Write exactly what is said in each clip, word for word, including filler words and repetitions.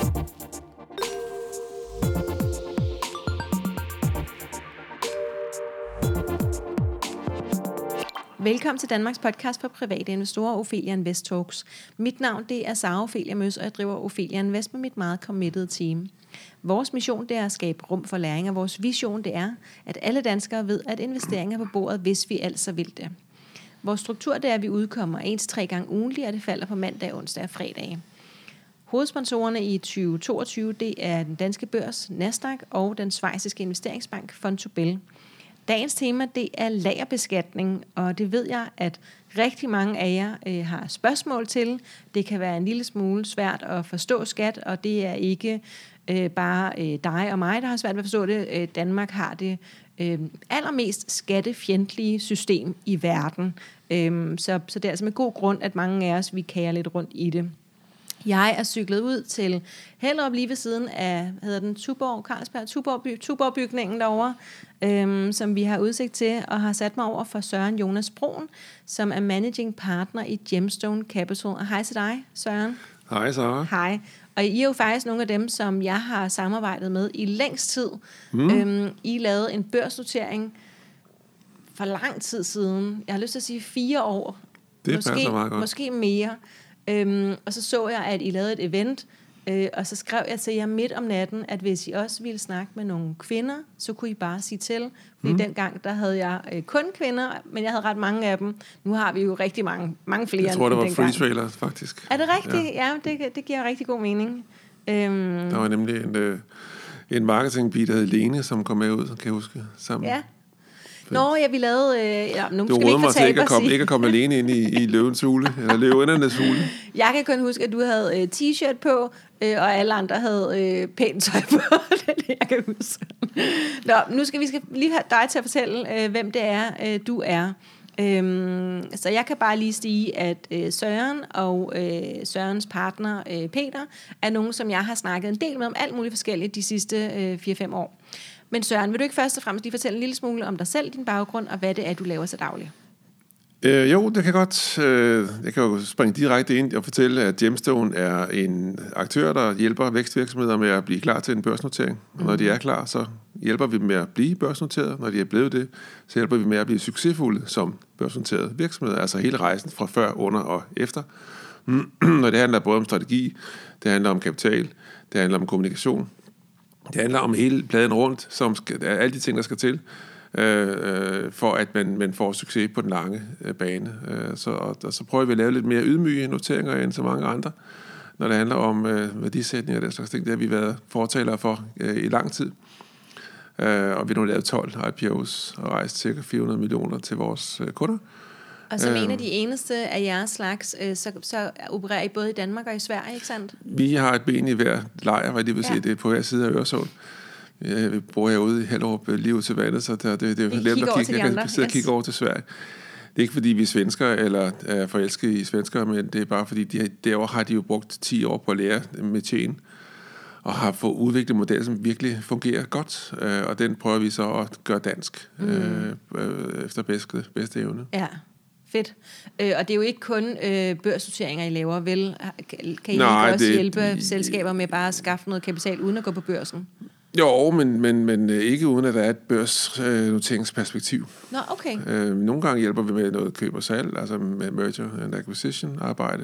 Velkommen til Danmarks podcast for private investorer, Ophelia Invest Talks. Mit navn det er Sara Ophelia Møs, og jeg driver Ophelia Invest med mit meget committed team. Vores mission det er at skabe rum for læring, og vores vision det er, at alle danskere ved, at investeringer er på bordet, hvis vi altså vil det. Vores struktur det er, at vi udkommer en til tre gange ugentlig, og det falder på mandag, onsdag og fredag. Hovedsponsorerne i tyve toogtyve det er den danske børs Nasdaq og den schweiziske investeringsbank Vontobel. Dagens tema, det er lagerbeskatning, og det ved jeg, at rigtig mange af jer øh, har spørgsmål til. Det kan være en lille smule svært at forstå skat, og det er ikke øh, bare øh, dig og mig, der har svært ved at forstå det. Øh, Danmark har det øh, allermest skattefjendtlige system i verden, øh, så, så det er altså med god grund, at mange af os, vi kager lidt rundt i det. Jeg er cyklet ud til Hellerup lige ved siden af, hvad hedder den, Tuborg, Carlsberg, Tuborg, by, Tuborg-bygningen derovre, øhm, som vi har udsigt til, og har sat mig over for Søren Jonas Broen, som er managing partner i Gemstone Capital. Og hej til dig, Søren. Hej, Sara. Hej. Og I er jo faktisk nogle af dem, som jeg har samarbejdet med i længst tid. Mm. Øhm, I lavede en børsnotering for lang tid siden. Jeg har lyst til at sige fire år. Det måske, passer meget godt. Måske mere. Øhm, og så så jeg, at I lavede et event, øh, og så skrev jeg til jer midt om natten, at hvis I også ville snakke med nogle kvinder, så kunne I bare sige til. Fordi mm. dengang, der havde jeg øh, kun kvinder, men jeg havde ret mange af dem. Nu har vi jo rigtig mange, mange flere. Jeg tror, det var dengang. free trailer, faktisk. Er det rigtigt? Ja, ja det, det giver rigtig god mening. Øhm. Der var nemlig en, øh, en marketingbi, der hed Lene, som kom med ud, kan jeg huske, sammen. Ja. Nå, ja, vi lavede... Øh, ja, nu du skal vi ikke mig til ikke at komme, sige. ikke at komme alene ind i, i løvens hule, eller løvendernes hule. Jeg kan kun huske, at du havde øh, t-shirt på, øh, og alle andre havde øh, pænt tøj på. Det er det, jeg kan huske. Nå, nu skal vi skal lige have dig til at fortælle, øh, hvem det er, øh, du er. Øhm, så jeg kan bare lige sige, at øh, Søren og øh, Sørens partner øh, Peter er nogen, som jeg har snakket en del med om alt muligt forskelligt de sidste øh, fire fem år. Men Søren, vil du ikke først og fremmest lige fortælle en lille smule om dig selv, din baggrund, og hvad det er, du laver så dagligt? Øh, jo, det kan godt. Øh, jeg kan jo springe direkte ind og fortælle, at Gemstone er en aktør, der hjælper vækstvirksomheder med at blive klar til en børsnotering. Og når de er klar, så hjælper vi dem med at blive børsnoteret. Når de er blevet det, så hjælper vi med at blive succesfulde som børsnoterede virksomheder. Altså hele rejsen fra før, under og efter. Når det handler både om strategi, det handler om kapital, det handler om kommunikation. Det handler om hele pladen rundt, som skal, alle de ting, der skal til, øh, for at man, man får succes på den lange øh, bane. Øh, så, og, og så prøver vi at lave lidt mere ydmyge noteringer end så mange andre, når det handler om øh, værdisætning og den slags ting. Det har vi været fortalere for øh, i lang tid. Øh, og vi har nu lavet tolv I P O's og rejst cirka fire hundrede millioner til vores øh, kunder. Og som øh, en af de eneste af jeres slags, øh, så, så opererer I både i Danmark og i Sverige, ikke sandt? Vi har et ben i hver lejr, hvad det vil sige, ja. det er på hver side af Øresund. Ja, vi bor herude i Hellerup lige ud til vandet, så det, det, det er jo nemt at kigge. Jeg kan sidde og kigge over til Sverige. Det er ikke fordi vi er svensker eller er forelskede i svenskere, men det er bare fordi de, derovre har de jo brugt ti år på at lære metien og har fået udviklet en model, som virkelig fungerer godt, og den prøver vi så at gøre dansk mm. øh, efter bedste, bedste evne. Ja. Fedt. Øh, og det er jo ikke kun øh, børsnoteringer, I laver, vel? Kan, kan I Nej, ikke også det, hjælpe I, selskaber med bare at skaffe noget kapital, uden at gå på børsen? Jo, men, men, men ikke uden, at der er et børsnoteringsperspektiv. Nå, okay. Øh, nogle gange hjælper vi med noget køb og salg, altså med merger and acquisition arbejde.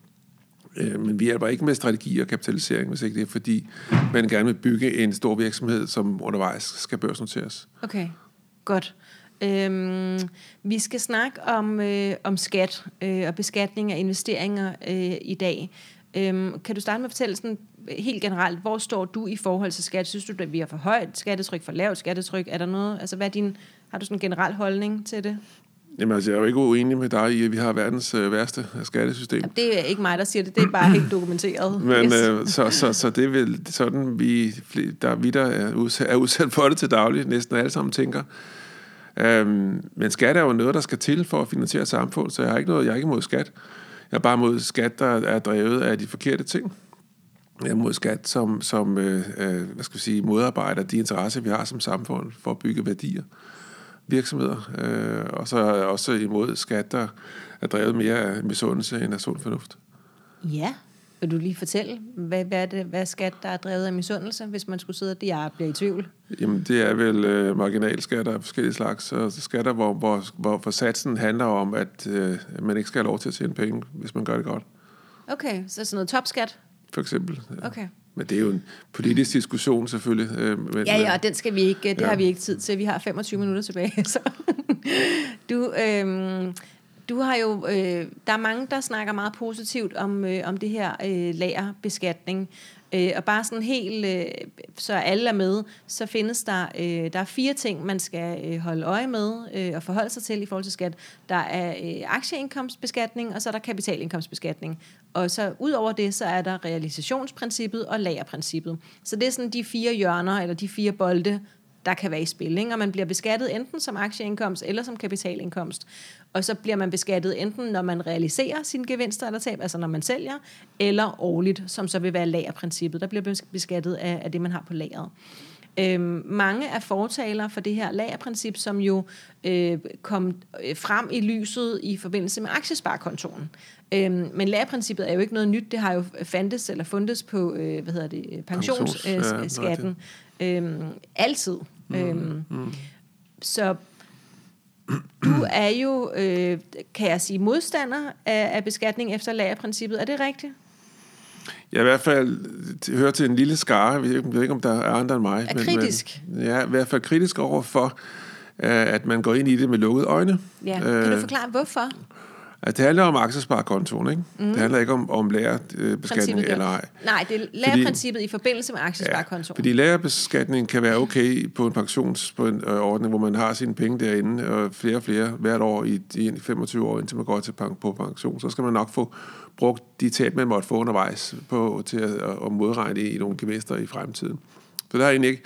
Øh, men vi hjælper ikke med strategi og kapitalisering, hvis ikke det er, fordi man gerne vil bygge en stor virksomhed, som undervejs skal børsnoteres. Okay, godt. Øhm, vi skal snakke om, øh, om skat øh, og beskatning af investeringer øh, i dag. Øhm, kan du starte med at fortælle sådan helt generelt, hvor står du i forhold til skat? Synes du, at vi har for højt skattetryk, for lavt skattetryk? Er der noget? Altså, hvad er din, har du sådan en generel holdning til det? Jamen altså, jeg er jo ikke uenig med dig i, at vi har verdens øh, værste skattesystem. Jamen, det er ikke mig, der siger det. Det er bare helt dokumenteret. Men yes. øh, så, så, så det er vel sådan, vi der, vi der er udsat, er udsat for det til daglig, næsten alle sammen tænker. Øhm, men skat er jo noget, der skal til for at finansiere samfund, så jeg har ikke noget, jeg er ikke imod skat. Jeg er bare mod skat, der er drevet af de forkerte ting. Jeg er mod skat, som, som øh, hvad skal vi sige, modarbejder de interesser, vi har som samfund for at bygge værdier, virksomheder. Øh, og så er jeg også imod skat, der er drevet mere af misundelse end af sund fornuft. Ja, Vil du lige fortælle, hvad, hvad er det, hvad skat, der er drevet af misundelse, hvis man skulle sidde og jeg bliver i tvivl? Jamen, det er vel øh, marginalskatter af forskellige slags. Altså skatter, hvor, hvor, hvor for satsen handler om, at øh, man ikke skal have lov til at tjene penge, hvis man gør det godt. Okay, så sådan noget topskat? For eksempel. Ja. Okay. Men det er jo en politisk diskussion selvfølgelig. Øh, men, ja, ja, og den skal vi ikke, det ja. har vi ikke tid til. Vi har femogtyve minutter tilbage. Så. du, øh, du har jo, øh, der er mange, der snakker meget positivt om, øh, om det her øh, lagerbeskatning. Øh, og bare sådan helt, øh, så alle er med, så findes der, øh, der er fire ting, man skal øh, holde øje med øh, og forholde sig til i forhold til skat. Der er øh, aktieindkomstbeskatning, og så er der kapitalindkomstbeskatning. Og så ud over det, så er der realisationsprincippet og lagerprincippet. Så det er sådan de fire hjørner, eller de fire bolde, der kan være i spil, ikke? Og man bliver beskattet enten som aktieindkomst eller som kapitalindkomst. Og så bliver man beskattet enten, når man realiserer sine gevinster eller tab, altså når man sælger, eller årligt, som så vil være lagerprincippet. Der bliver beskattet af, af det, man har på lageret. Øhm, mange er fortalere for det her lagerprincip, som jo øh, kom frem i lyset i forbindelse med aktiesparekontoen. Øhm, men lagerprincippet er jo ikke noget nyt. Det har jo fandtes eller fundet på øh, hvad hedder det, pensionsskatten øh, øhm, altid. Mm, øhm, mm. Så du er jo, øh, kan jeg sige, modstander af, af beskatning efter lagerprincippet. Er det rigtigt? Jeg i hvert fald hører til en lille skare. Jeg ved, jeg ved ikke, om der er andre end mig. Er kritisk? Men, men, ja, i hvert fald kritisk over for, at man går ind i det med lukkede øjne. Ja. Kan du forklare, hvorfor? At det handler om aktiesparekontoen, ikke? Mm. Det handler ikke om, om lagerbeskatning eller ej. Nej, det er lagerprincippet i forbindelse med aktiesparekontoen. Ja, fordi lagerbeskatning kan være okay på en pensionsordning, hvor man har sine penge derinde, og flere og flere hvert år i, i femogtyve år, indtil man går til på pension. Så skal man nok få brugt de tab, man måtte få undervejs på, til at, at modregne i nogle gevinster i fremtiden. Så der er egentlig ikke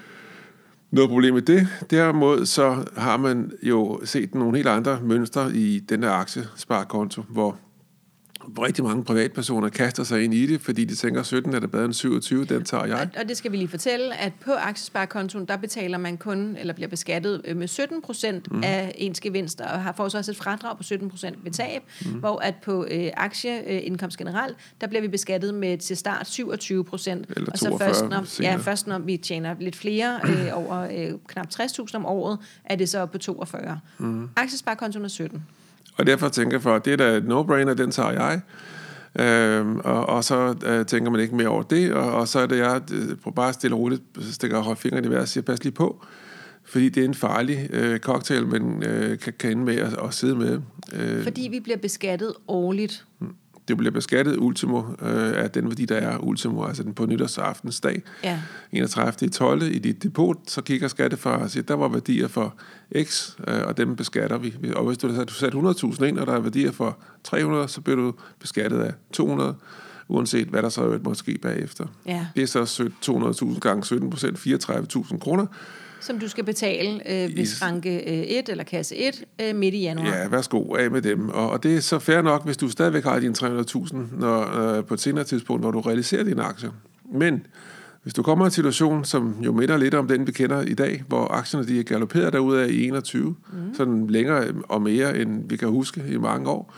noget problem med det. Derimod så har man jo set nogle helt andre mønstre i den der aktiesparekonto, hvor rigtig mange privatpersoner kaster sig ind i det, fordi de tænker, sytten er det bedre end syvogtyve, den tager jeg. Og det skal vi lige fortælle, at på aktiesparekontoen, der betaler man kun, eller bliver beskattet med sytten procent mm. af ens gevinster, og har får så også et fradrag på sytten procent ved tab, mm. hvor at på øh, aktieindkomst generelt, der bliver vi beskattet med til start syvogtyve procent. Eller og så først når, ja, først når vi tjener lidt flere, øh, over øh, knap tres tusind om året, er det så på toogfyrre. Mm. Aktiesparekontoen er sytten. Og derfor tænker jeg, for det er da et no-brainer, den tager jeg. Øhm, og, og så øh, tænker man ikke mere over det, og, og så er det jeg øh, bare stille og roligt, stikker højre fingeren i vejret og siger, pas lige på, fordi det er en farlig øh, cocktail, man øh, kan, kan ende med at, at sidde med. Øh, fordi vi bliver beskattet årligt. Det bliver beskattet ultimo øh, af den værdi, der er ultimo, altså den på nytårsaftens dag, ja. enogtredivte tolvte i dit depot, så kigger skattefar og siger, der var værdier for X, øh, og dem beskatter vi. Og hvis du har sat hundrede tusind ind, og der er værdier for tre hundrede, så bliver du beskattet af to hundrede, uanset hvad der så er måske bagefter. Ja. Det er så to hundrede tusind gange sytten procent, fireogtredive tusind kroner. Som du skal betale, øh, hvis ranke et eller kasse et øh, midt i januar. Ja, værsgo, af med dem. Og, og det er så fair nok, hvis du stadigvæk har dine tre hundrede tusind når, øh, på et senere tidspunkt, hvor du realiserer dine aktier. Men hvis du kommer i en situation, som jo minder lidt om den, vi kender i dag, hvor aktierne de er galopperet derudad i enogtyve, mm. sådan længere og mere, end vi kan huske i mange år,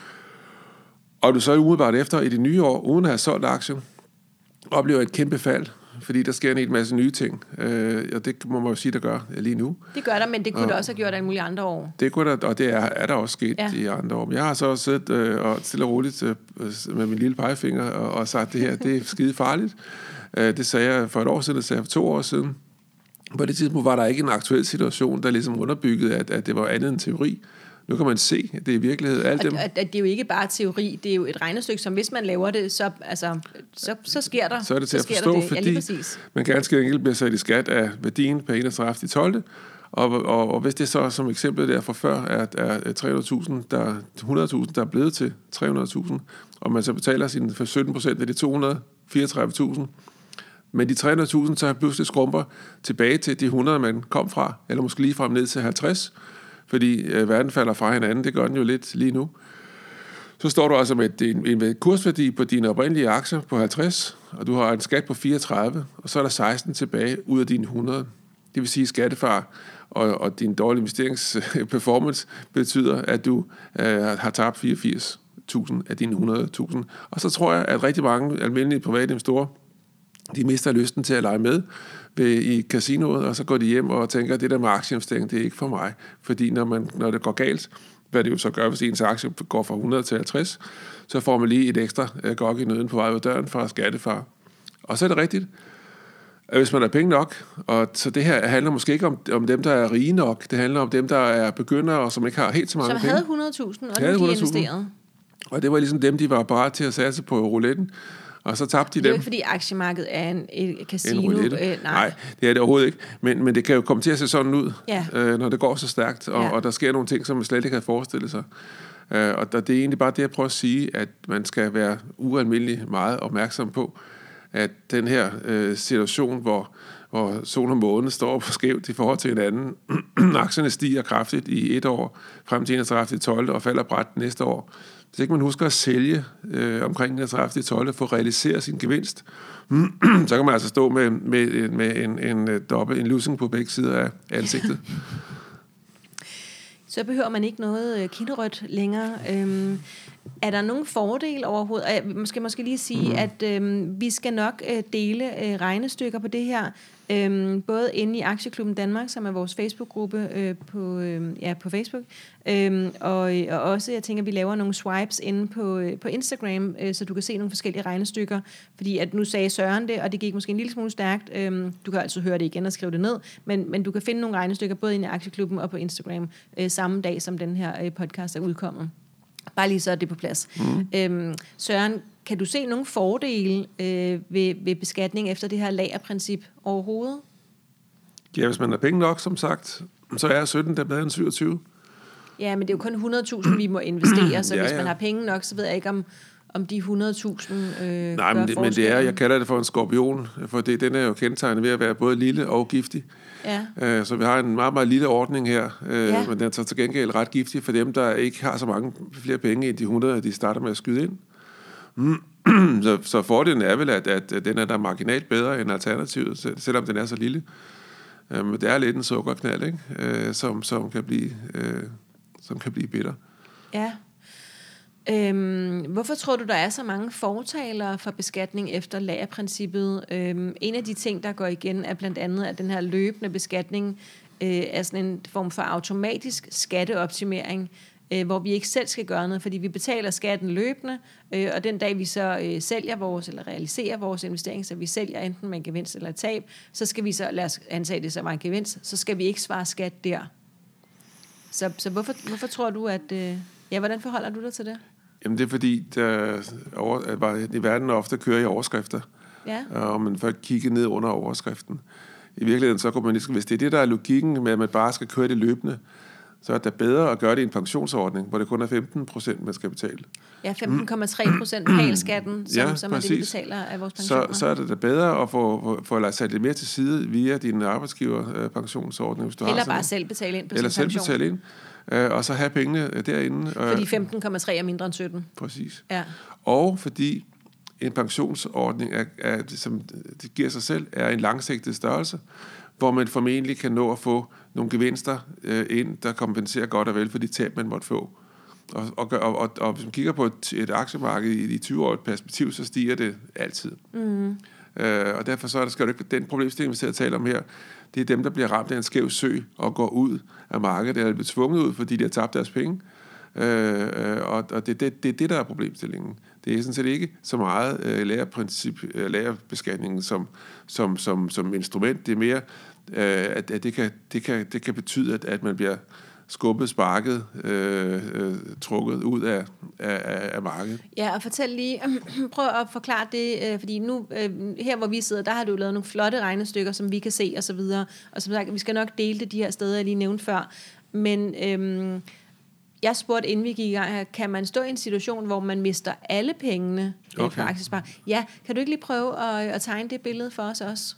og du så umiddelbart efter i det nye år, uden at have solgt aktier, oplever et kæmpe fald, fordi der sker en hel masse nye ting, øh, og det må man jo sige, der gør lige nu. Det gør der, men det kunne og, der også have gjort af mulige andre år. Det kunne der, og det er, er der også sket ja. i andre år. Men jeg har så også siddet øh, og stille og roligt øh, med min lille pegefinger og, og sagt, det her, det er skide farligt. Øh, det sagde jeg for et år siden, det sagde jeg for to år siden. På det tidspunkt var der ikke en aktuel situation, der ligesom underbyggede, at, at det var andet end teori. Nu kan man se, at det er i virkelighed alt dem. At, at det er jo ikke bare teori, det er jo et regnestykke, som hvis man laver det, så, altså, så, så sker der. Så er det til at forstå, det. fordi ja, man ganske enkelt bliver sat i skat af værdien per enogtredivte tolvte Og, og, og hvis det så som eksempel der fra før er, er tre hundrede tusind, der hundrede tusind, der er blevet til tre hundrede tusind, og man så betaler sin for sytten procent af de to hundrede og fireogtredive tusind, men de tre hundrede tusind så pludselig skrumper tilbage til de hundrede, man kom fra, eller måske lige frem ned til halvtreds, fordi øh, verden falder fra hinanden, det gør den jo lidt lige nu. Så står du altså med en, en kursværdi på dine oprindelige aktier på halvtreds, og du har en skat på fireogtredive, og så er der seksten tilbage ud af dine hundrede. Det vil sige, at skattefar og, og din dårlige investeringsperformance betyder, at du øh, har tabt fireogfirs tusind af dine hundrede tusind. Og så tror jeg, at rigtig mange almindelige private investorer, de mister lysten til at lege med ved, i casinoet, og så går de hjem og tænker, at det der med aktieinvestering, det er ikke for mig. Fordi når, man, når det går galt, hvad det jo så gør, hvis ens aktie går fra hundrede til halvtreds, så får man lige et ekstra uh, gok i nøden på vej ud af døren fra skattefar. Og så er det rigtigt, at hvis man har penge nok, og så det her handler måske ikke om, om dem, der er rige nok, det handler om dem, der er begyndere, og som ikke har helt så mange som penge. Som havde hundrede tusind, og nu de investeret. Og det var ligesom dem, de var parat til at satse på rouletten. Og så tabte de dem. Det er jo ikke, fordi aktiemarkedet er en, et casino. En øh, nej. nej, det er det overhovedet ikke. Men, men det kan jo komme til at se sådan ud, ja. øh, når det går så stærkt, og, ja. og der sker nogle ting, som man slet ikke havde forestillet sig. Øh, og der, det er egentlig bare det, jeg prøver at sige, at man skal være ualmindelig meget opmærksom på, at den her øh, situation, hvor, hvor sol og måne står på skævt i forhold til hinanden, aktierne stiger kraftigt i et år, frem til enogtredivte tolvte og falder bræt næste år. Hvis ikke man husker at sælge øh, omkring enogtredivte tolvte for at realisere sin gevinst, så kan man altså stå med, med, med en, en, en dobbelt, en losing på begge sider af ansigtet. Så behøver man ikke noget kinderødt længere. Øhm, er der nogen fordel overhovedet? Jeg måske måske lige sige, mm. at øhm, vi skal nok øh, dele øh, regnestykker på det her, øhm, både inde i Aktieklubben Danmark, som er vores Facebook-gruppe øh, på, øh, ja, på Facebook, øhm, og, og også, jeg tænker, at vi laver nogle swipes inde på, øh, på Instagram, øh, så du kan se nogle forskellige regnestykker, fordi at nu sagde Søren det, og det gik måske en lille smule stærkt. Øhm, du kan altså høre det igen og skrive det ned, men, men du kan finde nogle regnestykker både inde i Aktieklubben og på Instagram øh, samme dag, som den her øh, podcast er udkommet. Bare lige så er det på plads. Mm. Øhm, Søren, kan du se nogle fordele øh, ved, ved beskatning efter det her lagerprincip overhovedet? Ja, hvis man har penge nok, som sagt, så er sytten der bedre end syvogtyve. Ja, men det er jo kun hundrede tusind, vi må investere, så ja, hvis ja. man har penge nok, så ved jeg ikke, om, om de hundrede tusind øh, Nej, men det, men det er, jeg kalder det for en skorpion, for det, den er jo kendetegnet ved at være både lille og giftig. Ja. Øh, så vi har en meget, meget lille ordning her, øh, ja. men den er så til gengæld ret giftig for dem, der ikke har så mange flere penge end de hundrede, de starter med at skyde ind. så, så fordelen er vel, at, at den er der marginalt bedre end alternativet, selvom den er så lille. Øh, men det er lidt en sukkerknald, ikke? Øh, som, som, kan blive, øh, som kan blive bitter. Ja. Øhm, hvorfor tror du, der er så mange fortalere for beskatning efter lagerprincippet? Øhm, en af de ting, der går igen, er blandt andet, at den her løbende beskatning øh, er sådan en form for automatisk skatteoptimering, øh, hvor vi ikke selv skal gøre noget, fordi vi betaler skatten løbende, øh, og den dag vi så øh, sælger vores, eller realiserer vores investering, så vi sælger enten med en gevinst eller et tab, så skal vi så, lad os antage det, så var en gevinst, så skal vi ikke svare skat der. Så, så hvorfor, hvorfor tror du, at... Øh, ja, hvordan forholder du dig til det? Jamen det er fordi, der over, at i verden ofte kører i overskrifter, ja. og man får kigge ned under overskriften. I virkeligheden, så kunne man lige, hvis det er det, der er logikken med, at man bare skal køre det løbende, så er det bedre at gøre det i en pensionsordning, hvor det kun er femten procent, man skal betale. Ja, femten komma tre procent PAL-skatten, som, ja, som er det, vi betaler af vores pensioner. Så, så er det da bedre at få, få, få lade sig lidt mere til side via din arbejdsgiver-pensionsordning, hvis du Eller har bare selv betale ind på Eller sin pension. selv betale ind. Øh, og så have pengene derinde. Fordi femten komma tre er mindre end sytten. Præcis. Ja. Og fordi en pensionsordning, er, er, som det giver sig selv, er en langsigtet størrelse, hvor man formentlig kan nå at få nogle gevinster øh, ind, der kompenserer godt og vel for de tab, man måtte få. Og, og, og, og, og hvis man kigger på et, et aktiemarked i, i tyve-årigt perspektiv, så stiger det altid. Mm. Øh, og derfor så er det, skal det ikke, den problemstilling, vi sidder og taler om her, det er dem, der bliver ramt af en skæv sø og går ud af markedet, eller bliver tvunget ud, fordi de har tabt deres penge. Øh, og og det er det, det, det, der er problemstillingen. Det er sådan set ikke så meget øh, lærerprincip, øh, lærerbeskatningen som, som, som, som instrument. Det er mere, øh, at, at det, kan, det, kan, det kan betyde, at, at man bliver skubbet, sparket, øh, øh, trukket ud af, af, af markedet. Ja, og fortæl lige, prøv at forklare det, øh, fordi nu, øh, her hvor vi sidder, der har du lavet nogle flotte regnestykker, som vi kan se, og så videre. Og som sagt, vi skal nok dele det de her steder, jeg lige nævnte før. Men øh, jeg spurgte, inden vi gik i gang her, kan man stå i en situation, hvor man mister alle pengene øh, okay. på aktiespar? Ja, kan du ikke lige prøve at, at tegne det billede for os også?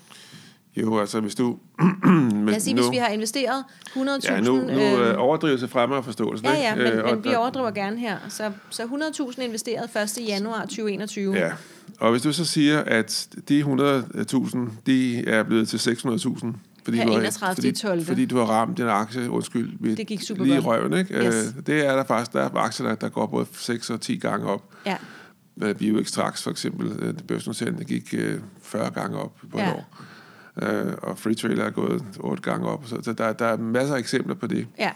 Jo, altså hvis du... Lad os sige, nu, hvis vi har investeret hundrede tusind... Ja, nu, nu øh, overdrivelse fremme af forståelsen. Ja, ja, men, øh, men vi overdriver gerne her. Så, så hundrede tusind investeret første januar tyve enogtyve. Ja, og hvis du så siger, at de hundrede tusind, de er blevet til seks hundrede tusind, Fordi, du har, fordi, fordi du har ramt din aktie, undskyld, med det gik super lige i godt. røven, ikke? Yes. Det er der faktisk, der er aktier, der, der går både seks og ti gange op. Ja. Bioextrax for eksempel, børsnoteringen gik fyrre gange op på et ja. år. Uh, og Free Trailer er gået otte gange op. Så der, der er masser af eksempler på det. Ja.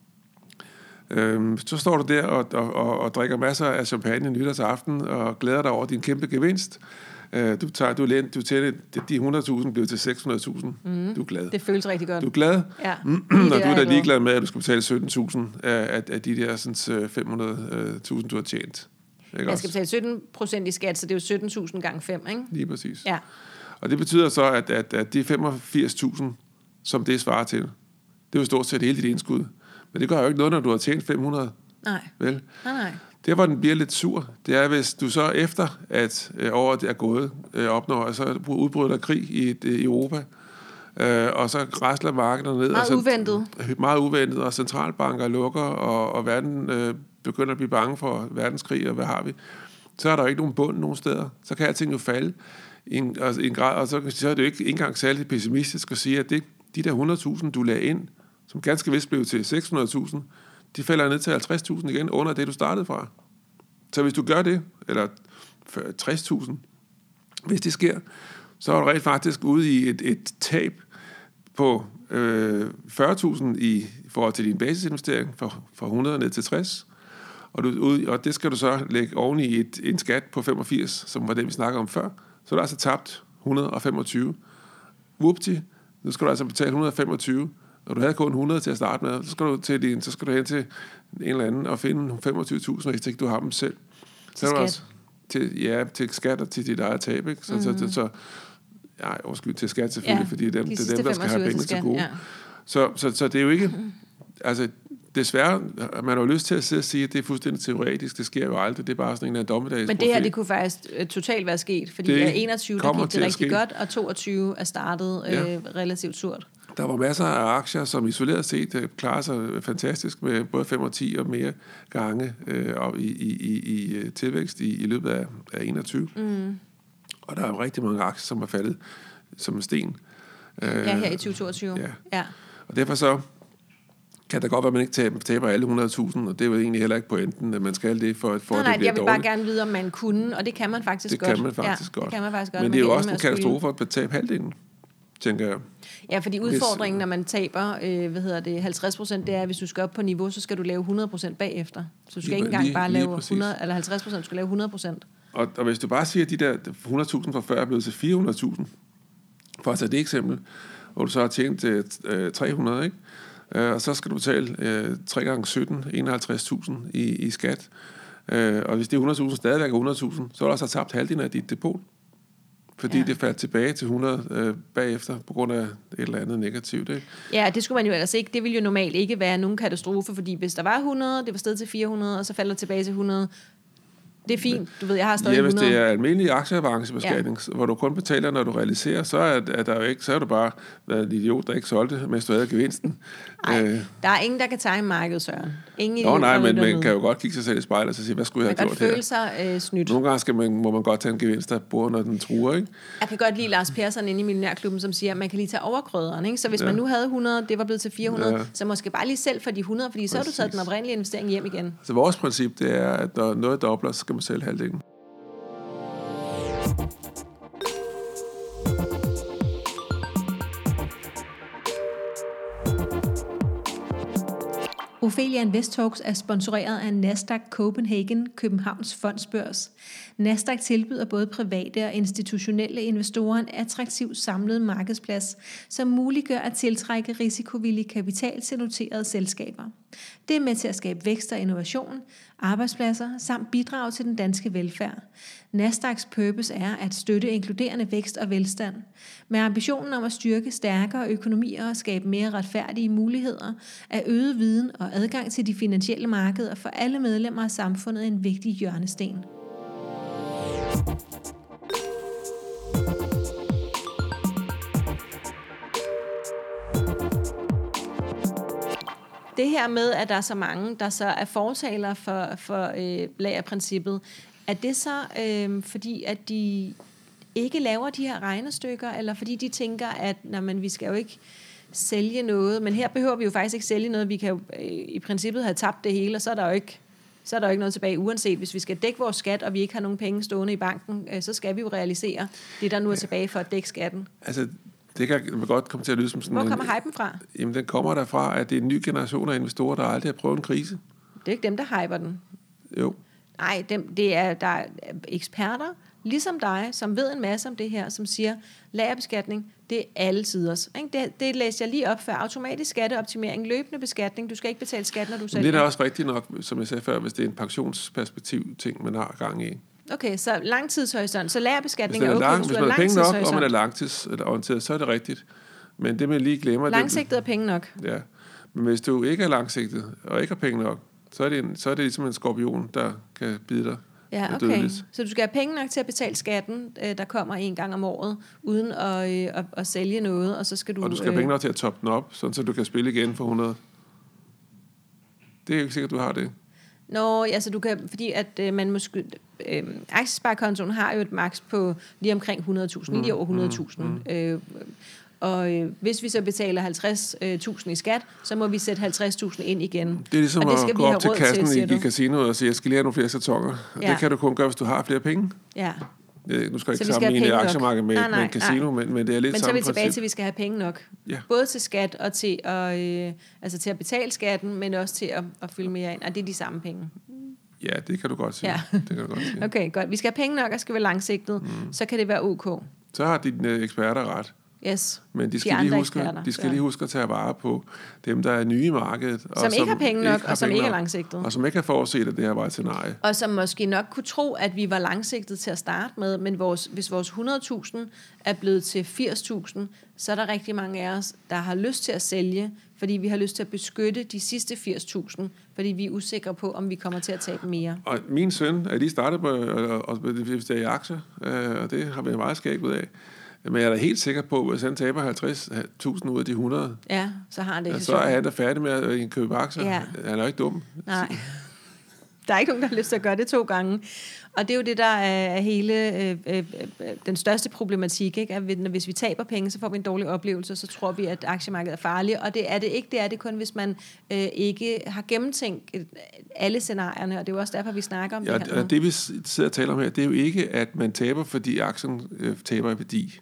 Uh, så står du der og, og, og, og drikker masser af champagne nytårsaften og glæder dig over din kæmpe gevinst. Uh, du tager, du lænd, du tæller, de hundrede tusind bliver til seks hundrede tusind. Mm. Du er glad. Det føles rigtig godt. Du er glad. Ja. Og du er da ligeglad med, at du skal betale sytten tusind af, af de der sådan, fem hundrede tusind, du har tjent. Ikke jeg skal betale sytten procent i skat, så det er jo sytten tusind gange fem, ikke? Lige præcis. Ja. Og det betyder så, at, at, at de femogfirs tusind, som det svarer til, det er jo stort set hele dit indskud. Men det gør jo ikke noget, når du har tjent fem hundrede. Nej. Vel? Nej, nej. Der, hvor den bliver lidt sur, det er, hvis du så efter, at øh, året er gået, øh, opnår, så udbryder der krig i, et, i Europa, øh, og så græsler markederne ned. Meget og så, uventet. Meget uventet, og centralbanker lukker, og, og verden øh, begynder at blive bange for verdenskrig, og hvad har vi? Så er der jo ikke nogen bund nogen steder. Så kan alting jo falde i en, altså, i en grad, og så, så er det jo ikke engang særligt pessimistisk at sige, at det, de der hundrede tusind, du lagde ind, som ganske vist blev til seks hundrede tusind, de falder ned til halvtreds tusind igen under det, du startede fra. Så hvis du gør det, eller tres tusind, hvis det sker, så er du rent faktisk ude i et, et tab på øh, fyrre tusind i forhold til din basisinvestering, fra, fra hundrede ned til tres. Og, du, og det skal du så lægge oven i et, en skat på femogfirs, som var det, vi snakker om før. Så er du altså tabt et hundrede og femogtyve. Whoopty, nu skal du altså betale et hundrede og femogtyve. Når du havde kun hundrede til at starte med, så skal du, til din, så skal du hen til en eller anden og finde femogtyve tusind, hvis ikke du har dem selv. Til skat? Altså, til, ja, til skat og til dit eget tab. Ikke? Så, mm-hmm. så, så, så ja, overskyld til skat selvfølgelig, ja, fordi dem, de det er dem, der skal have penge til gode. Ja. Så, så, så det er jo ikke... Mm-hmm. Altså, desværre, man har jo lyst til at sidde og sige, at det er fuldstændig teoretisk, det sker jo aldrig, det er bare sådan en af dommedags. Men det her, det kunne faktisk uh, totalt være sket, fordi det enogtyve, der gik det rigtig godt, og toogtyve er startet ja. øh, relativt surt. Der var masser af aktier, som isoleret set klarer sig fantastisk med både fem og ti og mere gange øh, op i, i, i, i tilvækst i, i løbet af, af enogtyve. Mm. Og der er rigtig mange aktier, som er faldet som en sten. Ja, her i tyve toogtyve. Ja. Ja. Og derfor så kan det godt være, at man ikke taber, taber alle hundrede tusind, og det er jo egentlig heller ikke pointen, at man skal det for, for nej, at det bliver dårligt. Jeg vil dårligt. bare gerne vide, om man kunne, og det kan man faktisk det godt. Det kan man faktisk ja, godt. Det kan man faktisk godt. Men det er jo også en katastrofe at tabe halvdelen, tænker jeg. Ja, fordi udfordringen, når man taber øh, hvad hedder det, halvtreds procent, det er, at hvis du skal op på niveau, så skal du lave hundrede procent bagefter. Så du skal lige, ikke engang lige, bare lave hundrede, eller halvtreds procent, du skal lave hundrede procent. Og, og hvis du bare siger, at de der hundrede tusind fra før er blevet til fire hundrede tusind, for at tage det eksempel, hvor du så har tjent øh, tre hundrede, ikke? Uh, og så skal du betale uh, tre gange sytten, enoghalvtreds tusind i, i skat. Uh, og hvis det er hundrede tusind, stadigvæk er hundrede tusind, så er du også tabt halvdelen af dit depot. Fordi ja. det faldt tilbage til hundrede uh, bagefter, på grund af et eller andet negativt. Ikke? Ja, det skulle man jo ellers ikke. Det ville jo normalt ikke være nogen katastrofe, fordi hvis der var hundrede, det var steget til fire hundrede, og så falder tilbage til hundrede. Det er fint, du ved, jeg har stadig ja, hvis hundrede. det er almindelig aktieavancebeskatning, ja. hvor du kun betaler, når du realiserer, så er, er der jo ikke, så er du bare været en idiot, der ikke solgte, mens du havde gevinsten. Nej, øh. der er ingen, der kan tage markedet, Søren. Ingen Nå, nej, men man kan jo godt kigge sig selv i spejlet og sige, hvad skulle jeg have gjort her? Man kan føle sig øh, snydt. Nogle gange skal man, må man godt tage en gevinst, der bor, når den truer, ikke? Jeg kan godt lide Lars Persson inde i Millionærklubben, som siger, at man kan lige tage overkrøderen, ikke? Så hvis ja. man nu havde hundrede, det var blevet til fire hundrede, ja. så måske bare lige selv for de hundrede, fordi så har du taget den oprindelige investering hjem igen. Så vores princip, det er, at når noget dobler, så skal man selv halvdelen. Ophelia Invest Talks er sponsoreret af Nasdaq Copenhagen, Københavns Fondsbørs. Nasdaq tilbyder både private og institutionelle investorer en attraktiv samlet markedsplads, som muliggør at tiltrække risikovillig kapital til noterede selskaber. Det er med til at skabe vækst og innovation, arbejdspladser samt bidrage til den danske velfærd. Nasdaqs purpose er at støtte inkluderende vækst og velstand. Med ambitionen om at styrke stærkere økonomier og skabe mere retfærdige muligheder, er øget viden og adgang til de finansielle markeder for alle medlemmer af samfundet en vigtig hjørnesten. Det her med, at der er så mange, der så er fortalere for, for øh, lagerprincippet, er det så øh, fordi, at de ikke laver de her regnestykker, eller fordi de tænker, at når man, vi skal jo ikke sælge noget, men her behøver vi jo faktisk ikke sælge noget. Vi kan jo øh, i princippet have tabt det hele, og så er der jo ikke, så er der jo ikke noget tilbage. Uanset hvis vi skal dække vores skat, og vi ikke har nogen penge stående i banken, øh, så skal vi jo realisere det, der nu er tilbage for at dække skatten. Altså, det kan godt komme til at lyde som sådan... Hvor kommer hypen fra? Jamen, den kommer derfra, at det er en ny generation af investorer, der aldrig har prøvet en krise. Det er ikke dem, der hyper den. Jo. Nej, dem, det er, der er eksperter, ligesom dig, som ved en masse om det her, som siger, lagerbeskatning, det er alle tiders. Det, det læser jeg lige op for automatisk skatteoptimering, løbende beskatning, du skal ikke betale skat, når du sælger. Det er da også rigtigt nok, som jeg sagde før, hvis det er en pensionsperspektiv ting, man har gang i. Okay, så langtidshorisont, så lagerbeskatning er okay, lang, hvis du har langtidshorisont. Hvis man har penge nok, og man er langtidsorienteret, så er det rigtigt. Men det, man lige glemmer... Langsigtet er penge nok. Ja, men hvis du ikke er langsigtet, og ikke har penge nok, så er det, en, så er det ligesom en skorpion, der kan bide dig. Ja, okay. Så du skal have penge nok til at betale skatten, der kommer en gang om året, uden at, øh, at, at sælge noget, og så skal du... Og du skal have penge nok til at toppe den op, sådan så du kan spille igen for hundrede. Det er jo ikke sikkert, du har det. Nå, altså du kan... Fordi at øh, man måske... Øh, aktiesparekontoen har jo et maks på lige omkring hundrede tusind, mm, lige over hundrede tusind. Mm, mm. Øh, Og øh, hvis vi så betaler halvtreds tusind i skat, så må vi sætte halvtreds tusind ind igen. Det er ligesom det at gå op til kassen til, i, i casinoet og sige, jeg skal lige have nogle flere sæsoner. Ja. Det kan du kun gøre, hvis du har flere penge. Ja. Nu skal jeg ikke sammenligne et aktiemarked med, nej, nej, med en casino, men, men det er lidt men samme Men så er vi tilbage princip. til, at vi skal have penge nok. Ja. Både til skat og til at, øh, altså til at betale skatten, men også til at, at fylde mere ind. Og det er de samme penge. Ja, det kan du godt sige. Ja. Det kan du godt sige. Okay, godt. Vi skal have penge nok, og skal være langsigtet. Mm. Så kan det være ok. Så har dine eksperter ret. Yes. Men de skal, de lige, huske, eksperter, de skal lige huske at tage vare på dem, der er nye i markedet. Som, og ikke som har penge nok, og som ikke er langsigtet. Og som ikke har forudset, at det her var et scenarie. Og som måske nok kunne tro, at vi var langsigtet til at starte med, men vores, hvis vores hundrede tusind er blevet til firs tusind, så er der rigtig mange af os, der har lyst til at sælge, fordi vi har lyst til at beskytte de sidste firs tusind, fordi vi er usikre på, om vi kommer til at tabe mere. Og min søn er lige startet på at investere i aktier, og det har vi meget skægt ud af. Men jeg er da helt sikker på, at hvis han taber halvtreds tusind ud af de hundrede, ja, så har han det ikke ja, så er han da færdig med at købe aktier. Ja. Han er jo ikke dum. Nej. Der er ikke nogen, der har lyst til at gøre det to gange. Og det er jo det, der er hele øh, øh, den største problematik, ikke? At hvis vi taber penge, så får vi en dårlig oplevelse, så tror vi, at aktiemarkedet er farligt. Og det er det ikke. Det er det kun, hvis man øh, ikke har gennemtænkt alle scenarierne. Og det er jo også derfor, vi snakker om ja, det her. Og det, vi sidder og taler om her, det er jo ikke, at man taber, fordi aktien øh, taber i værdi.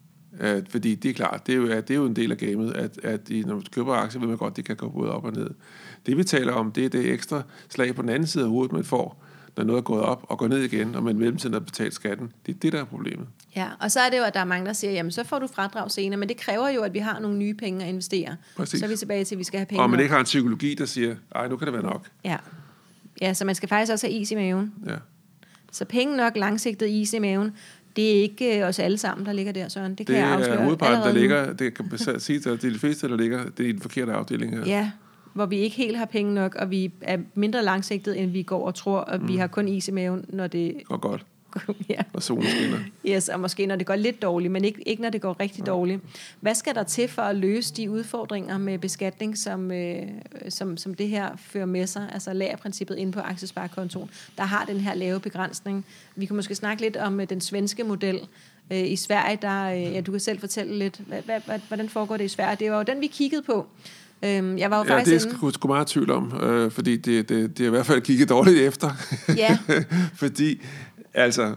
At, fordi det er klart, det er jo, det er jo en del af gamet, at, at når man køber aktier, ved man godt, det kan gå både op og ned. Det vi taler om, det er det ekstra slag på den anden side af hovedet, man får, når noget er gået op og går ned igen, og man mellemtiden har betalt skatten. Det er det, der er problemet. Ja, og så er det jo, at der er mange, der siger, jamen så får du fradrag senere, men det kræver jo, at vi har nogle nye penge at investere. Præcis. Så er vi tilbage til, at vi skal have penge. Og man ikke har en psykologi, der siger, ej, nu kan det være nok. Ja, ja, så man skal faktisk også have is i maven. Ja. Så penge nok, langsigtet is i maven. Det er ikke os alle sammen, der ligger der, Søren. Det kan det jeg afsløre. Det er hovedparten, der ligger, det kan man sige, at det er de fleste, der ligger, det er i den forkerte afdeling her. Ja, hvor vi ikke helt har penge nok, og vi er mindre langsigtet, end vi går og tror, og mm. vi har kun is i maven, når det går godt. Ja. Og solen skinner. Yes, og måske når det går lidt dårligt, men ikke, ikke når det går rigtig ja. dårligt. Hvad skal der til for at løse de udfordringer med beskatning, som, øh, som, som det her fører med sig? Altså lagerprincippet inde på aktiesparekontoen, der har den her lave begrænsning. Vi kan måske snakke lidt om øh, den svenske model. Øh, I Sverige, der, øh, ja, du kan selv fortælle lidt, hvad, hvad, hvordan foregår det i Sverige? Det var jo den, vi kiggede på. Øhm, jeg var jo ja, faktisk det er sgu, sgu meget tvivl om, øh, fordi det, det, det er i hvert fald kigget dårligt efter. Ja. Fordi, altså,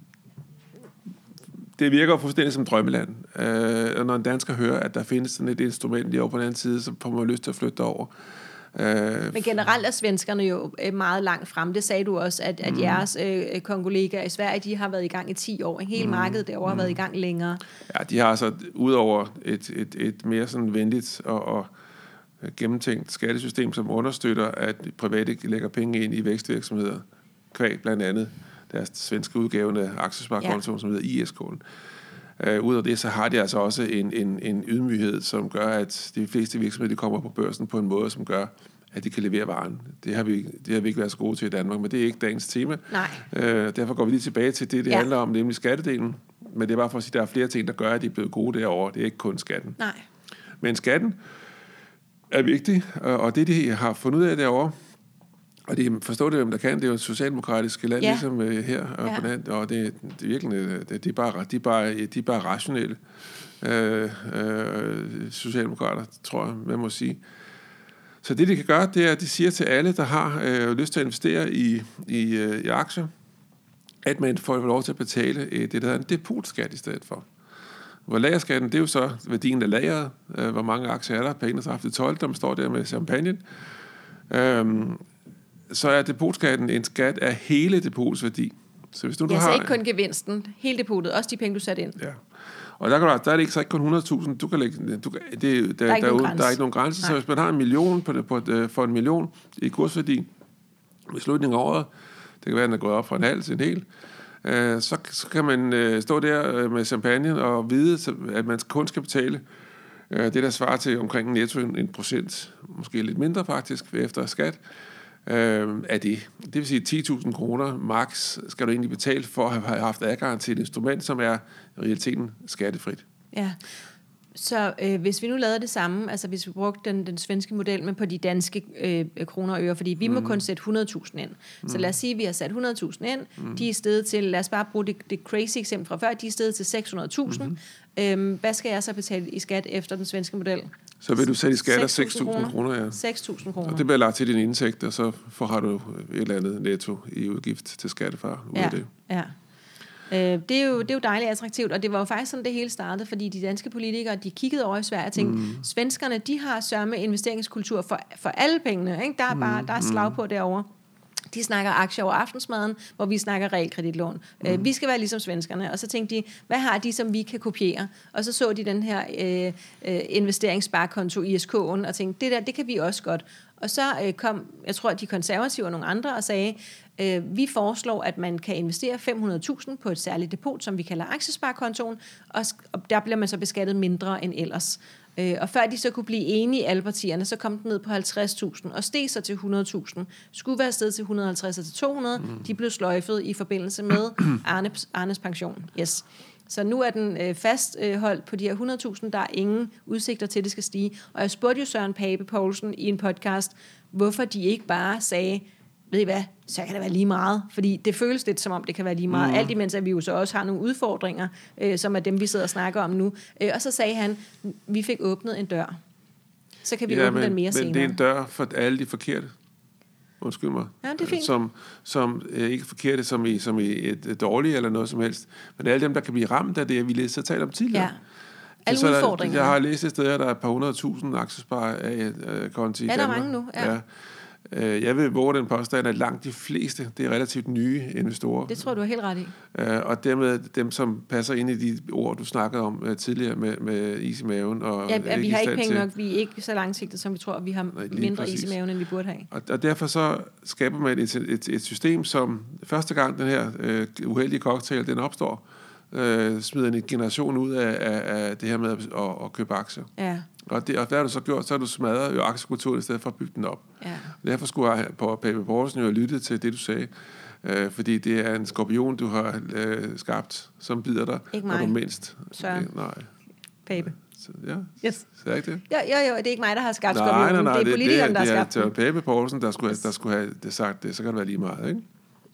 det virker jo fuldstændig som drømmeland. Øh, og når en dansker hører, at der findes sådan et instrument lige over på den anden side, så får man lyst til at flytte over. Øh, Men generelt er svenskerne jo meget langt frem. Det sagde du også, at, at mm. jeres øh, kongolegaer i Sverige, de har været i gang i ti år. En hel mm. marked derovre har været i gang længere. Ja, de har altså udover et, et, et mere sådan venligt og, og gennemtænkt skattesystem, som understøtter, at private lægger penge ind i vækstvirksomheder, kvæg blandt andet deres svenske udgave af aktiesparekontoen, ja. som hedder I S K'en. Uh, ud af det, så har de altså også en, en, en ydmyghed, som gør, at de fleste virksomheder de kommer på børsen på en måde, som gør, at de kan levere varen. Det har vi, det har vi ikke været så gode til i Danmark, men det er ikke dagens tema. Nej. Uh, derfor går vi lige tilbage til det, det ja. handler om, nemlig skattedelen. Men det er bare for at sige, at der er flere ting, der gør, at de er blevet gode derovre. Det er ikke kun skatten. Nej. Men skatten er vigtig, og det, de har fundet ud af derovre, Og det forstår det, hvem der kan. Det er jo et socialdemokratisk land, ja. ligesom uh, her. Og, ja. Land, og det, det er virkelig, det, det er bare, de er bare, de er bare rationelle uh, uh, socialdemokrater, tror jeg, man må sige. Så det, de kan gøre, det er, at de siger til alle, der har uh, lyst til at investere i, i, uh, i aktier, at man får lov til at betale uh, det, der hedder en depotskat i stedet for. Hvor lagerskatten, det er jo så værdien af lageret, uh, hvor mange aktier er der per enogtredivte tolvte, der man står der med champagne. Um, så er depotskatten en skat af hele depots værdi. Så hvis du, du ja, har... så ikke kun gevinsten, hele depotet, også de penge, du satte ind. Ja. Og der, kan du, der er det ikke så ikke kun hundrede tusind, du kan lægge... Du kan, det, der, der, er ikke der, der, der er ikke nogen grænse, så hvis man har en million på, på, på, for en million i kursværdi, i slutningen af året, det kan være, at den er gået op fra en halv til en hel, øh, så, så kan man øh, stå der med champagne og vide, at man kun skal betale øh, det, der svarer til omkring netto en, en procent, måske lidt mindre faktisk, efter skat, Øh, af det. Det vil sige ti tusind kroner max skal du egentlig betale for at have haft adgang til et instrument, som er i realiteten skattefrit. Ja. Så øh, hvis vi nu lavede det samme, altså hvis vi brugte den, den svenske model, men på de danske øh, kroner og øre, fordi vi mm. må kun sætte hundrede tusind ind. Mm. Så lad os sige, at vi har sat hundrede tusind ind, mm. de er steget til, lad os bare bruge det, det crazy eksempel fra før, de er steget til seks hundrede tusind. Mm. Øhm, hvad skal jeg så betale i skat efter den svenske model? Så vil du sætte i skat af seks tusind kroner, ja. seks tusind kroner. Og det bliver lagt til din indtægt, og så får har du et eller andet netto i udgift til skattefar ud ja. af det. Ja. Øh, det, er jo, det er jo dejligt attraktivt, og det var jo faktisk sådan, det hele startede, fordi de danske politikere, de kiggede over i Sverige og tænkte, mm. svenskerne, de har sørme investeringskultur for, for alle pengene, ikke? Der er bare der er slag på derovre. De snakker aktier over aftensmaden, hvor vi snakker realkreditlån. Mm. Øh, vi skal være ligesom svenskerne. Og så tænkte de, hvad har de, som vi kan kopiere? Og så så de den her øh, øh, investeringssparekonto I S K'en, og tænkte, det der, det kan vi også godt. Og så øh, kom, jeg tror, at de konservative og nogle andre, og sagde, øh, vi foreslår, at man kan investere fem hundrede tusind på et særligt depot, som vi kalder aktiesparekontoen, og, og der bliver man så beskattet mindre end ellers. Øh, og før de så kunne blive enige, alle partierne, så kom den ned på halvtreds tusind, og steg så til hundrede tusind. Skulle være sted til et hundrede og halvtreds og til to hundrede. Mm. De blev sløjfet i forbindelse med Arnes, Arnes pension. Yes. Så nu er den øh, fastholdt øh, på de her hundrede tusind. Der er ingen udsigter til, at det skal stige. Og jeg spurgte jo Søren Pape Poulsen i en podcast, hvorfor de ikke bare sagde, ved I hvad, så kan det være lige meget. Fordi det føles lidt som om, det kan være lige meget. Mm. Alt imens, at vi jo så også har nogle udfordringer, øh, som er dem, vi sidder og snakker om nu. Øh, og så sagde han, vi fik åbnet en dør. Så kan vi ja, åbne men, den mere men senere. Men det er en dør for alle de forkerte. Undskyld mig. Ja, det er fint. Som, som øh, ikke forkerte, som i, som i et, et dårligt eller noget som helst. Men alle dem, der kan blive ramt af det, vi læste så talt om tidligere. Ja. Alle så udfordringer. Der, jeg har læst et sted, at der er et par hundrede tusind aktiespare af øh, konti i Danmark. Er der mange nu? Ja. ja. Jeg vil våge den påstand, at langt de fleste, det er relativt nye investorer. Det tror jeg, du er helt ret i. Og dermed dem, som passer ind i de ord, du snakkede om tidligere med, med is i maven. Og ja, ja vi har ikke penge nok. Vi er ikke så langsigtet, som vi tror. Vi har Nej, mindre præcis. Is i maven, end vi burde have. Og, og derfor så skaber man et, et, et system, som første gang den her uh, uheldige cocktail, den opstår, uh, smider en generation ud af, af, af det her med at, at, at købe aktier. Ja. Og, det, og der har du så gjort, så har du smadret jo aktiekulturen i stedet for at bygge den op. Ja. Derfor skulle jeg på Pape Poulsen jo have lyttet til det, du sagde. Øh, fordi det er en skorpion, du har øh, skabt, som bider dig, når du mindst. Søren. Øh, nej. Pape. Så, ja, yes. så er ikke det? Jo, jo, jo, det er ikke mig, der har skabt nej, skorpionen. Nej, nej, det er politikeren, det, det, der har skabt den. Det er Pape Poulsen, der skulle, yes. der skulle have det sagt det. Så kan det være lige meget, ikke?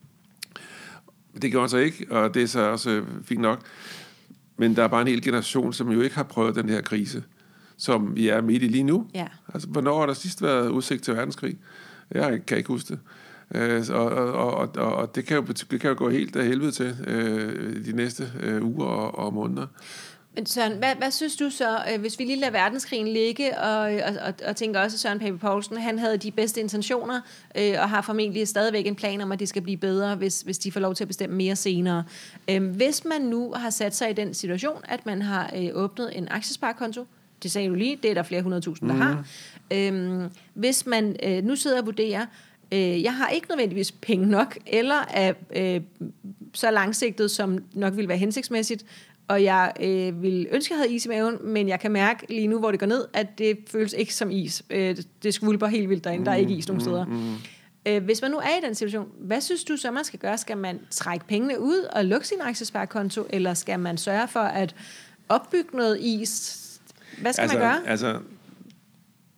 Det gjorde han så ikke, og det er så også fint nok. Men der er bare en hel generation, som jo ikke har prøvet den her krise, som vi er midt i lige nu. Ja. Altså, hvornår har der sidst været udsigt til verdenskrig? Jeg kan ikke huske det. Øh, og, og, og, og, og det kan jo, det kan jo gå helt af helvede til øh, de næste øh, uger og, og måneder. Men Søren, hvad, hvad synes du så, hvis vi lige lader verdenskrigen ligge, og, og, og, og tænker også, at Søren Pape Poulsen, han havde de bedste intentioner, øh, og har formentlig stadigvæk en plan om, at det skal blive bedre, hvis, hvis de får lov til at bestemme mere senere. Øh, hvis man nu har sat sig i den situation, at man har øh, åbnet en aktiesparekonto, det sagde du lige, det er der flere hundrede tusind, der mm. har. Øh, hvis man øh, nu sidder og vurderer, øh, jeg har ikke nødvendigvis penge nok, eller er øh, så langsigtet, som nok ville være hensigtsmæssigt, og jeg øh, ville ønske, at jeg havde is i maven, men jeg kan mærke lige nu, hvor det går ned, at det føles ikke som is. Øh, det skvulper helt vildt derinde, der er ikke is nogen steder. Mm, mm. Øh, hvis man nu er i den situation, hvad synes du så, man skal gøre? Skal man trække pengene ud og lukke sin aktiesparekonto, eller skal man sørge for at opbygge noget is? Hvad skal altså, man gøre? Altså,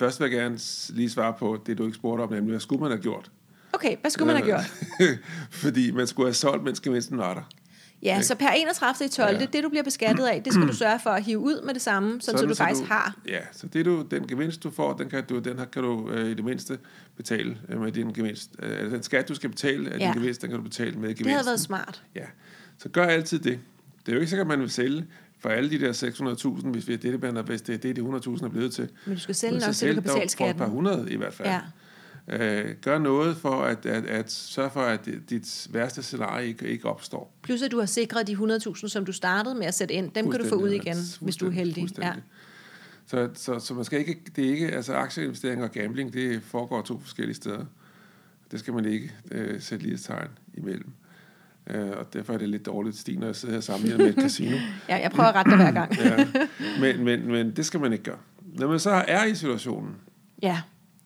først vil jeg gerne lige svare på det, du ikke spurgte om, nemlig, hvad skulle man have gjort? Okay, hvad skulle man have gjort? Fordi man skulle have solgt, mens gevinsten var der. Ja, okay. Så per enogtredivte tolvte Ja. Det, du bliver beskattet af, det skal du sørge for at hive ud med det samme, sådan, sådan så du så faktisk du, har. Ja, så det du, den gevinst, du får, den kan du, den her kan du øh, i det mindste betale øh, med din gevinst. Øh, den skat, du skal betale af ja. din gevinst, den kan du betale med gevinsten. Det havde været smart. Ja, så gør altid det. Det er jo ikke sikkert, at man vil sælge for alle de der seks hundrede tusind, hvis, vi, det, det, hvis det er det, de hundrede tusind er blevet til. Men du skal sælge nok, så du kan betale skatten. For et par hundrede i hvert fald. Ja. Øh, gør noget for at, at, at sørge for, at dit værste scenarie ikke, ikke opstår. Plus at du har sikret de hundrede tusind, som du startede med at sætte ind, dem kan du få ud igen, hvis du er heldig. Ja. Så, så, så man skal ikke, det er ikke, altså aktieinvestering og gambling, det foregår to forskellige steder. Det skal man ikke øh, sætte lige et tegn imellem. Øh, og derfor er det lidt dårligt stil, når jeg sidder her sammenlignet med et casino. Ja, jeg prøver at rette dig hver gang. ja. men, men, men det skal man ikke gøre. Når man så er i situationen, ja.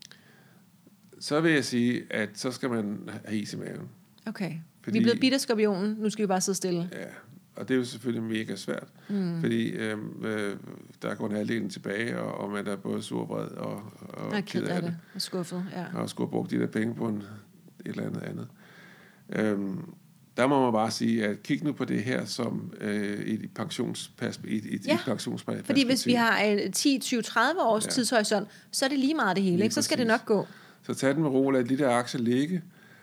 så vil jeg sige, at så skal man have is i maven. Okay. Fordi, vi er blevet bidt af skorpionen, nu skal vi bare sidde stille. Ja, og det er jo selvfølgelig mega svært, mm. fordi øh, øh, der er kun halvdelen tilbage, og, og man er både survred og, og, og ked af det. Og skuffet, ja. Og skulle have brugt de der penge på en, et eller andet andet. Øhm, der må man bare sige, at kig nu på det her som øh, et pensionsperspektiv. Et, et, ja, pensionsperspektiv. Fordi hvis vi har en ti, tyve, tredive års ja. tidshorisont, så er det lige meget det hele, ikke? Så skal det nok gå. Så tag den med ro, lad de der aktier ligge,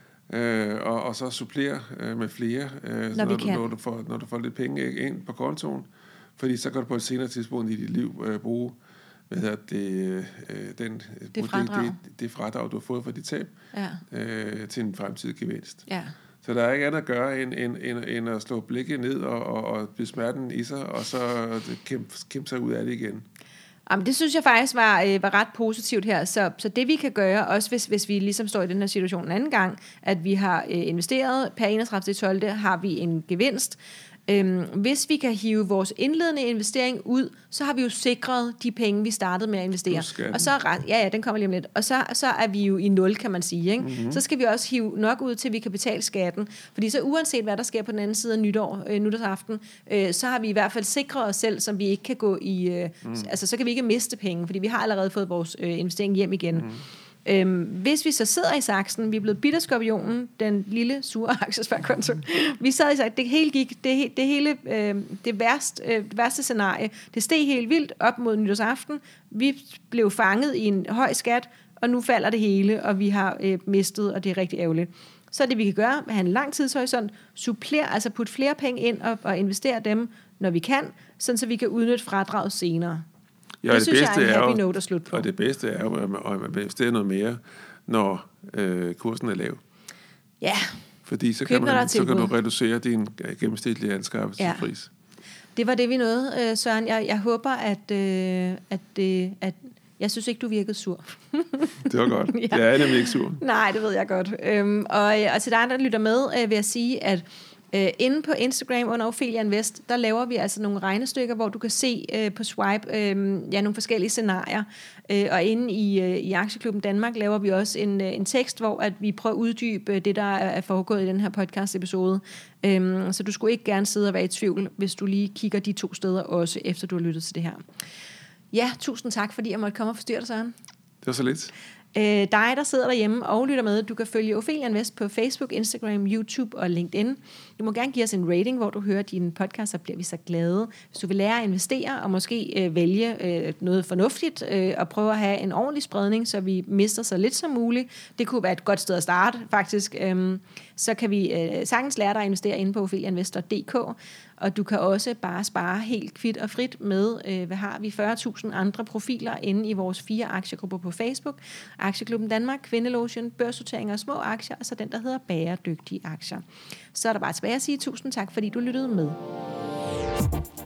øh, og, og så supplere øh, med flere, øh, når, når, du, når, du får, når du får lidt penge ind på kontoen, fordi så kan du på et senere tidspunkt i dit liv øh, bruge hvad hedder det, øh, den, det, fradrag. Det, det, det fradrag, du har fået fra dit tab, ja. øh, til en fremtidig gevinst. Ja. Så der er ikke andet at gøre, end, end, end, end at slå blikket ned og, og, og blive smerten i sig, og så kæmpe, kæmpe sig ud af det igen. Jamen, det synes jeg faktisk var, øh, var ret positivt her. Så, så det vi kan gøre, også hvis, hvis vi ligesom står i den her situation en anden gang, at vi har øh, investeret per enogtredivte tolvte har vi en gevinst. Øhm, hvis vi kan hive vores indledende investering ud, så har vi jo sikret de penge, vi startede med at investere. Og så ja, ja, den kommer lige om lidt. Og så, så er vi jo i nul, kan man sige. Ikke? Mm-hmm. Så skal vi også hive nok ud til, at vi kan betale skatten. Fordi så uanset hvad der sker på den anden side af nytår, øh, nytårsaften, øh, så har vi i hvert fald sikret os selv, som vi ikke kan gå i. Øh, mm. Altså så kan vi ikke miste penge, fordi vi har allerede fået vores øh, investering hjem igen. Mm. Øhm, hvis vi så sidder i saksen, vi er blevet bidt af skorpionen, den lille sure aktiesparekonto. Vi sad i saksen, det hele gik, det, det hele, øh, det værste, øh, det værste scenarie, det steg helt vildt op mod nytårsaften. Vi blev fanget i en høj skat, og nu falder det hele, og vi har øh, mistet, og det er rigtig ærgerligt. Så det vi kan gøre, at have en lang tidshorisont, supplere, altså putte flere penge ind og, og investere dem, når vi kan, sådan så vi kan udnytte fradraget senere. Ja, det, det synes bedste jeg er en happy er jo, note at slutte på. Og det bedste er jo, at man investerer noget mere, når øh, kursen er lav. Ja. Fordi så kan, man, så kan du reducere din gennemsnitlige anskaffelsespris. Ja. Det var det, vi nåede, Søren. Jeg, jeg håber, at, øh, at, det, at jeg synes ikke, du virkede sur. Det var godt. ja. Jeg er nemlig ikke sur. Nej, det ved jeg godt. Øhm, og, og til dig, der lytter med, øh, vil jeg sige, at Uh, inde på Instagram under Ophelia Invest, der laver vi altså nogle regnestykker, hvor du kan se uh, på swipe uh, ja, nogle forskellige scenarier. Uh, og inde i, uh, i Aktieklubben Danmark laver vi også en, uh, en tekst, hvor at vi prøver at uddybe det, der er foregået i den her podcast-episode. Um, så du skulle ikke gerne sidde og være i tvivl, hvis du lige kigger de to steder også, efter du har lyttet til det her. Ja, tusind tak, fordi jeg måtte komme og forstyrre dig, Søren. Det var så lidt. Øh, dig, der sidder derhjemme og lytter med, du kan følge Ophelia Invest på Facebook, Instagram, YouTube og LinkedIn. Du må gerne give os en rating, hvor du hører dine podcasts, så bliver vi så glade. Hvis du vil lære at investere og måske øh, vælge øh, noget fornuftigt øh, og prøve at have en ordentlig spredning, så vi mister så lidt som muligt. Det kunne være et godt sted at starte, faktisk. Øhm, så kan vi øh, sagtens lære dig at investere inde på ophelia investor punktum d k. Og du kan også bare spare helt kvit og frit med, øh, hvad har vi, fyrre tusind andre profiler inde i vores fire aktiegrupper på Facebook. Aktieklubben Danmark, Kvindelotion, børsnoteringer og små aktier, og så den, der hedder bæredygtige aktier. Så er der bare tilbage at sige tusind tak, fordi du lyttede med.